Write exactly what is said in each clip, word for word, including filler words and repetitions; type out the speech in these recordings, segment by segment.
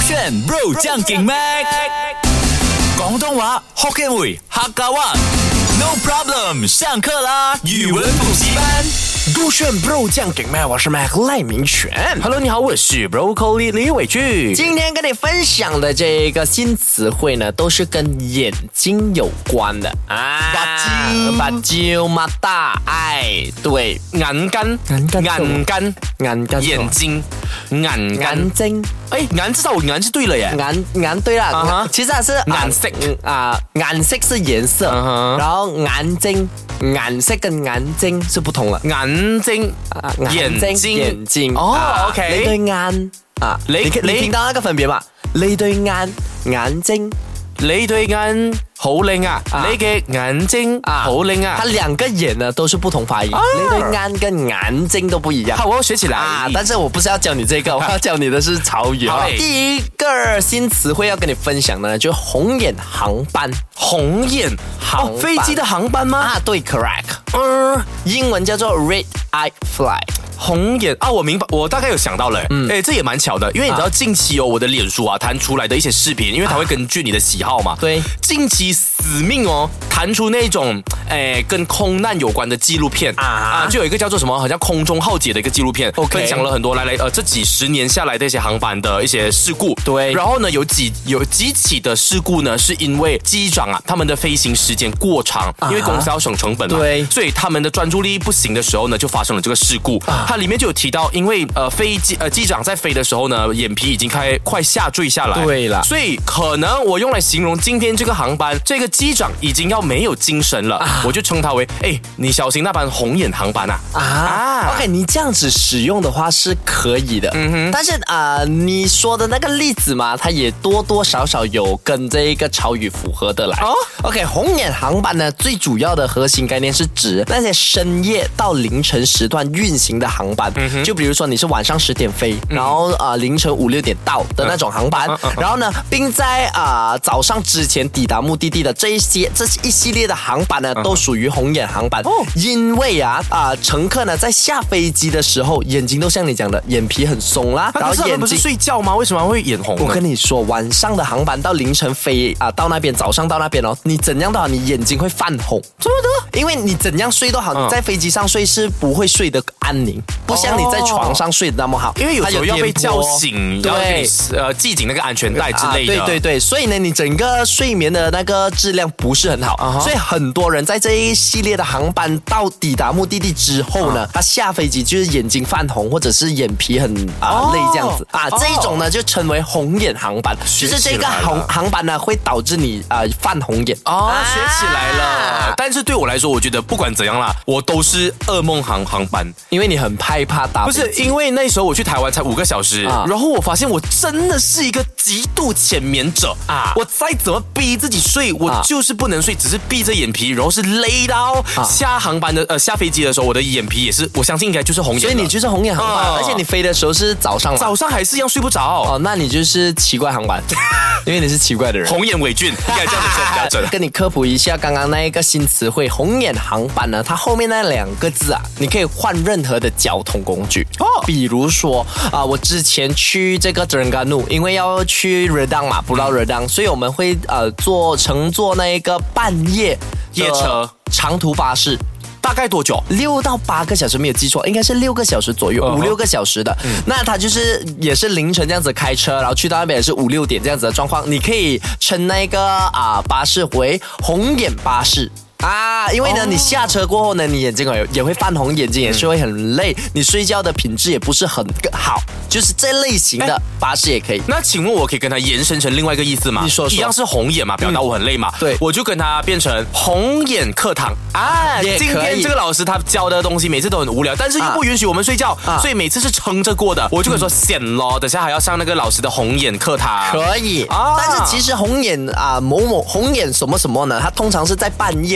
选 Bro 將勁 Mac 廣東話 Hokkien 會客家話 No problem 上課啦語文補習班勾选 Bro 酱给麦，我是 Mac 赖明全。 Hello， 你好，我是 Broccoli 李伟俊。 今天跟你分享的这个新词汇呢，都是跟眼睛有关的啊。把揪嘛大爱，对， 眼根， 眼根眼根， 眼根， 眼睛，眼眼根。 睛。 哎，眼至少我眼是对了耶。 眼眼对啦， Uh-huh 其实它是顏色啊，顏色是顏色， Uh-huh 然後眼睛顏色跟眼睛是不同了。 眼睛， 啊眼睛， 眼睛哦啊 OK 你對眼啊， 你你你你聽到那個分別嘛？你對眼眼睛你對眼好靚啊！ 啊你嘅眼睛啊好靚啊它！兩個眼呢都是不同發音，你對眼跟眼睛都不一樣。 好，我要學起來。 啊！但是我不是要教你這個，我要教你的是潮語。 好嘞第一個新詞彙要跟你分享呢，就紅眼航班。 紅眼航班哦，飛機的航班嗎？ 啊，對 ，correct。嗯，英文叫做 red eye fly。 紅眼啊，我明白，我大概有想到了，嗯，哎，這也蠻巧的，因為你知道啊近期哦，我的臉書啊彈出來的一些視頻，因為它會根據你的喜好嘛， 對， 近期死命哦彈出那種，哎，跟空難有關的紀錄片啊啊，就有一個叫做什麼，好像空中浩劫的一個紀錄片 OK 分享了很多來來呃這幾十年下來的一些航班的一些事故， 對然後呢有幾有幾起的事故呢，是因為機長啊他們的飛行時間過長，因為公司要省成本嘛， 對所以他們的專注力不行的時候呢，就發生了這個事故。它裡面就有提到，因為呃飛機呃機長在飛的時候呢，眼皮已經開快下墜下來， 對啦所以可能我用來形容今天這個航班，這個機長已經要沒有精神了，我就稱它為，哎，你小心那班紅眼航班啊！ 啊啊 ，OK，你這樣子使用的話是可以的，嗯哼。但是啊、呃，你說的那個例子嘛，它也多多少少有跟這一個潮語符合的來。 哦 OK，紅眼航班呢，最主要的核心概念是指那些深夜到凌晨時段運行的航班，嗯、就比如說你是晚上十點飛，然後啊、呃、凌晨五六點到的那種航班， 嗯嗯嗯、 然後呢，並在啊、呃、早上之前抵達目的地的這一些這一系列的航班呢，都屬於紅眼航班。哦，因為啊啊、呃、乘客呢在下飛機的時候，眼睛都像你講的，眼皮很鬆啦，然後眼睛不是睡覺嗎？為什麼會眼紅呢？ 我跟你說，晚上的航班到凌晨飛啊、呃，到那邊早上到那邊哦，你怎樣都好，你眼睛會泛紅，怎麼的？因為你怎樣睡都好，你在飛機上睡是不會睡得安寧，不像你在床上睡得那麼好， 因為有時候要被叫醒， 對， 要給你呃繫緊那個安全帶之類的。 啊、對對對，所以呢，你整個睡眠的那個質量不是很好，uh-huh. 所以很多人在這一系列的航班到抵達目的地之後呢，uh-huh. 他下飛機就是眼睛泛紅，或者是眼皮很啊、uh, 累這樣子啊，這一種呢就稱為紅眼航班，就是這個航航班呢會導致你啊、呃、泛紅眼。 哦，學起來了。啊、但是對我來說，我覺得不管怎樣啦，我都是噩夢航航班， 因為你很害怕打。 不是，因為那時候我去台灣才五個小時，啊、然後我發現我真的是一個極度淺眠者啊！我再怎麼逼自己睡，我就是不能睡，只是閉着眼皮，然後是累到下航班的呃下飛機的時候，我的眼皮也是，我相信應該就是紅眼。 所以你就是紅眼航班，啊、而且你飛的時候是早上， 早上還是一樣睡不着哦，那你就是奇怪航班，因為你是奇怪的人。 紅眼偉俊應該這樣子說比較準。 跟你科普一下剛剛那一個新詞彙，紅眼航班呢，它後面那兩個字啊，你可以換任何的交通工具哦，比如說啊、呃，我之前去這個 Terengganu，因為要去 Redang 嘛，不到 Redang，所以我們會呃坐乘坐那個半夜夜車長途巴士。 大概多久？ 六到八個小時，沒有記錯，應該是六個小時左右，五、uh-huh. 六個小時的。嗯、那它就是也是凌晨這樣子開車，然後去到那邊也是五六點這樣子的狀況。你可以稱那個啊、呃、巴士為紅眼巴士。啊，因為呢，oh. 你下車過後呢，你眼睛也也會泛紅，眼睛也是會很累，嗯、你睡覺的品質也不是很好，就是這類型的巴士也可以。 那請問我可以跟它延伸成另外一個意思嗎？ 你說說， 一樣是紅眼嘛，表達我很累嘛。 嗯、對， 我就跟它變成紅眼課堂啊。今天這個老師他教的東西每次都很無聊，但是又不允許我們睡覺，啊、所以每次是撐着過的。我就可以說顯咯，等下還要上那個老師的紅眼課堂。 可以啊，但是其實紅眼啊某某紅眼什麼什麼呢？它通常是在半夜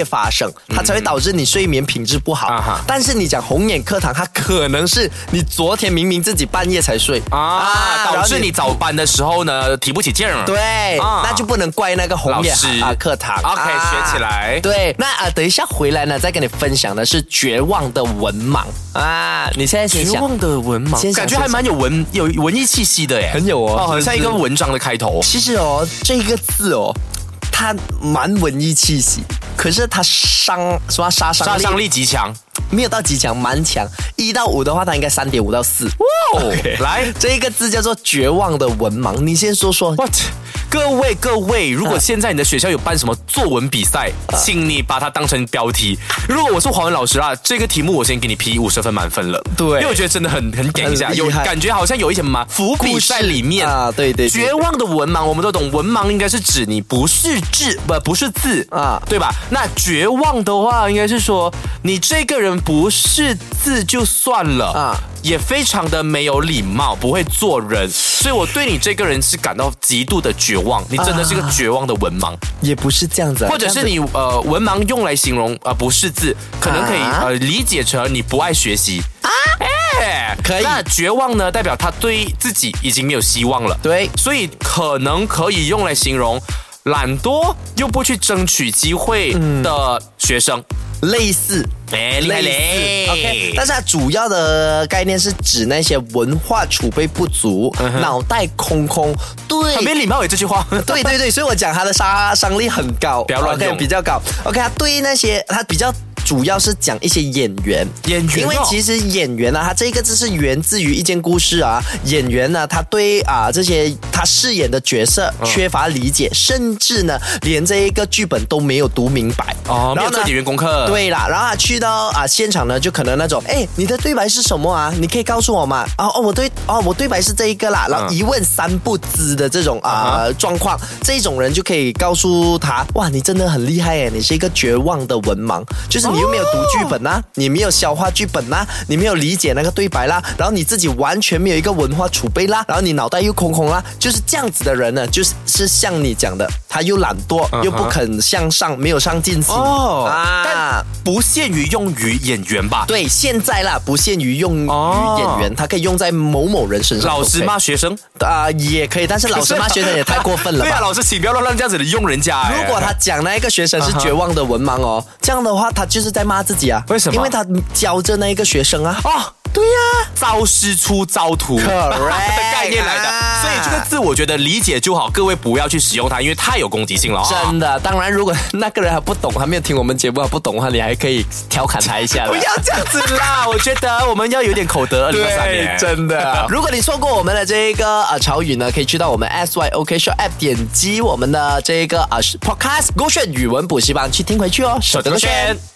发生，它才会导致你睡眠品质不好。啊、但是你讲红眼课堂，它可能是你昨天明明自己半夜才睡啊，啊导致你早班的时候呢提不起劲儿。 对、啊，那就不能怪那个红眼啊课堂。 OK，、啊、学起来。 对，那啊，等一下回来呢，再跟你分享的是绝望的文盲啊。你现在先想绝望的文盲，感觉还蛮有文有文艺气息的耶， 很有哦， 很像一个文章的开头。 其实哦，这一个字哦，它蛮文艺气息，可是它伤什么杀伤力？ 杀伤力极强。 没有到极强，蛮强。一到五的话，它应该三点五到四。 哇、okay ，来， 这一个字叫做绝望的文盲。你先说说。 What？ 各位各位，如果现在你的学校有办什么作文比赛，啊、请你把它当成标题。如果我是华文老师啊，这个题目我先给你批五十分满分了。 对， 因为我觉得真的很很给一下，有感觉好像有一些嘛伏笔在里面啊。对 对, 对， 绝望的文盲我们都懂，文盲应该是指你不是字不不是字啊，对吧？那绝望的话，应该是说你这个人不是字就算了啊。也非常的没有礼貌，不会做人，所以我对你这个人是感到极度的绝望。你真的是个绝望的文盲， 也不是这样子、啊， 或者是你呃文盲用来形容呃不识字，可能可以、啊、呃理解成你不爱学习啊，哎，可以。那绝望呢，代表他对自己已经没有希望了， 对， 所以可能可以用来形容懒惰又不去争取机会的学生。嗯类似， 哎，厉害嘞 ！OK， 但是它主要的概念是指那些文化储备不足、嗯、脑袋空空。对， 很没礼貌诶，这句话。 对对对，所以我讲它的杀伤力很高， 不要乱用， okay, 比较高。OK， 它对于那些它比较。主要是讲一些演员， 演员、哦， 因为其实演员呢、啊，它这个字是源自于一件故事啊。演员呢，他对啊这些他饰演的角色缺乏理解，嗯、甚至呢连这一个剧本都没有读明白哦，没有做演员功课。 对啦，然后他去到啊现场呢，就可能那种，哎，你的对白是什么啊？你可以告诉我吗？哦哦，我对哦我对白是这一个啦，然后一问三不知的这种啊、呃、状况，这种人就可以告诉他，哇，你真的很厉害耶，你是一个绝望的文盲，就是你。你又没有读剧本啦、啊，你没有消化剧本啦、啊，你没有理解那个对白啦，然后你自己完全没有一个文化储备啦，然后你脑袋又空空啦，就是这样子的人呢，就是是像你讲的，他又懒惰， uh-huh. 又不肯向上，没有上进心哦、oh, 啊，但不限于用于演员吧？ 对，现在啦，不限于用于演员，它、oh. 可以用在某某人身上。 老师骂学生啊、呃，也可以，但是老师骂学生也太过分了吧？ 对啊，老师请不要让这样子的用人家。 如果他讲那一个学生是绝望的文盲哦， uh-huh. 这样的话他就是在骂自己啊。 为什么？ 因为他教着那一个学生啊。 哦， 对呀、啊， 招师出招徒的概念来的、啊，所以这个字我觉得理解就好，各位不要去使用它，因为太有攻击性了、哦。 真的，当然如果那个人还不懂，还没有听我们节目还不懂的话，你还可以调侃他一下。 不要这样子啦，我觉得我们要有点口德。二零二三年真的。如果你错过我们的这个呃潮语呢，可以去到我们 S Y O K Show App 点击我们的这个呃 Podcast 勾选语文补习班去听回去哦。 手得勾选。